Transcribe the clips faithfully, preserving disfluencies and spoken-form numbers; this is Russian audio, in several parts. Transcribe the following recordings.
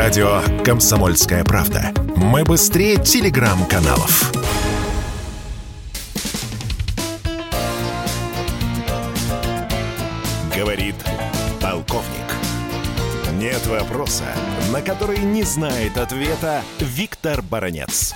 Радио «Комсомольская правда». Мы быстрее телеграм-каналов. Говорит полковник. Нет вопроса, на который не знает ответа Виктор Баранец.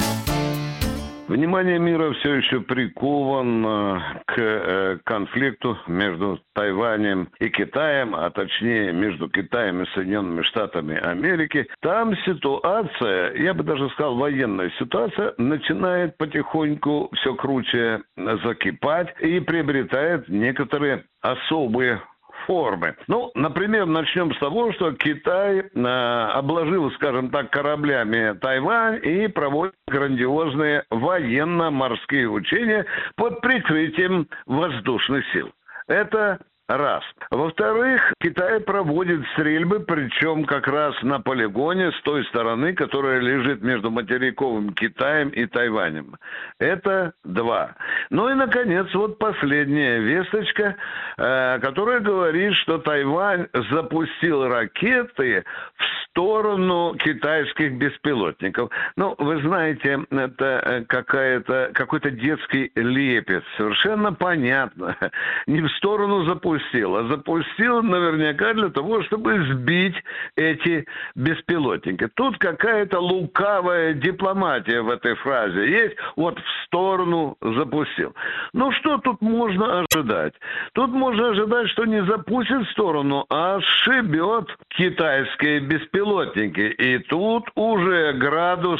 Внимание мира все еще приковано к конфликту между Тайванем и Китаем, а точнее между Китаем и Соединенными Штатами Америки. Там ситуация, я бы даже сказал, военная ситуация, начинает потихоньку все круче закипать и приобретает некоторые особые формы. Ну, например, начнем с того, что Китай э, обложил, скажем так, кораблями Тайвань и проводит грандиозные военно-морские учения под прикрытием воздушных сил. Это раз. Во-вторых, Китай проводит стрельбы, причем как раз на полигоне с той стороны, которая лежит между материковым Китаем и Тайванем. Это два. Ну и, наконец, вот последняя весточка, э, которая говорит, что Тайвань запустил ракеты в сторону китайских беспилотников. Ну, вы знаете, это какая-то, какой-то детский лепет. Совершенно понятно. Не в сторону запустил, а запустил наверняка для того, чтобы сбить эти беспилотники. Тут какая-то лукавая дипломатия в этой фразе есть. Вот в сторону запустил. Ну, что тут можно ожидать? Тут можно ожидать, что не запустит в сторону, а сшибет китайские беспилотники. И тут уже градус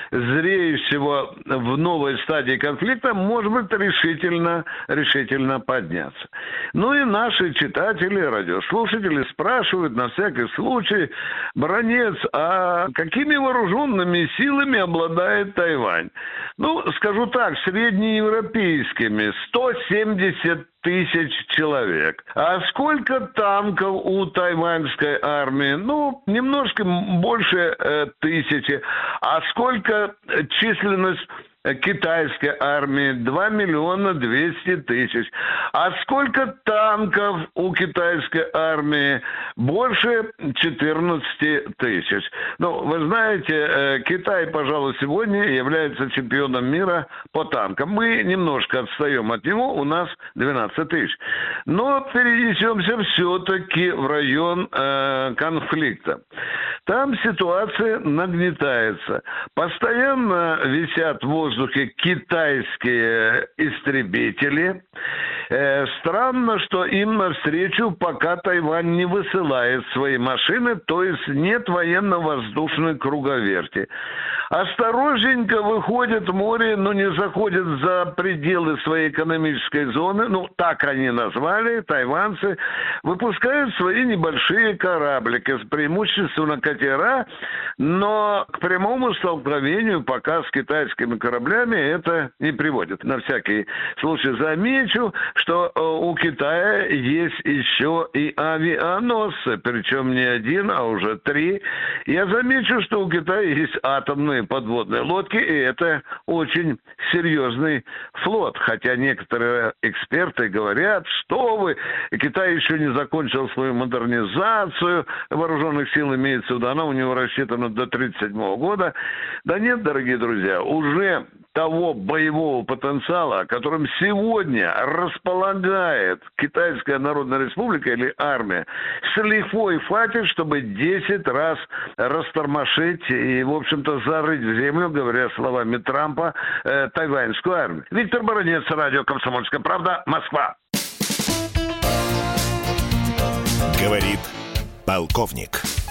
зреющего в новой стадии конфликта может быть решительно, решительно подняться. Ну и наш Наши читатели, радиослушатели спрашивают на всякий случай: Баранец, а какими вооруженными силами обладает Тайвань? Ну, скажу так, среднеевропейскими, сто семьдесят тысяч человек. А сколько танков у тайваньской армии? Ну, немножко больше э, тысячи. А сколько численность китайской армии? два миллиона двести тысяч. А сколько танков у китайской армии? Больше четырнадцать тысяч. Ну, вы знаете, Китай, пожалуй, сегодня является чемпионом мира по танкам. Мы немножко отстаем от него, у нас двенадцать тысяч. Но перенесемся все-таки в район э, конфликта. Там ситуация нагнетается. Постоянно висят в воздухе китайские истребители. Э, странно, что им навстречу пока Тайвань не высылает свои машины, то есть нет военно-воздушной круговерти. Осторожненько выходят в море, но не заходят за пределы своей экономической зоны, ну, так они назвали, тайванцы, выпускают свои небольшие кораблики, преимущественно катера, но к прямому столкновению пока с китайскими кораблями это не приводит. На всякий случай замечу, что у Китая есть еще и авианосцы, причем не один, а уже три. Я замечу, что у Китая есть атомные подводные лодки, и это очень серьезный флот. Хотя некоторые эксперты говорят, что вы, Китай еще не закончил свою модернизацию вооруженных сил, имеется в виду, она у него рассчитана до тридцать седьмого года. Да нет, дорогие друзья, уже того боевого потенциала, которым сегодня располагает Китайская Народная Республика или армия, с лихвой хватит, чтобы десять раз растормошить и, в общем-то, зарыть в землю, говоря словами Трампа, э, тайваньскую армию. Виктор Баранец, радио «Комсомольская правда», Москва. Говорит полковник.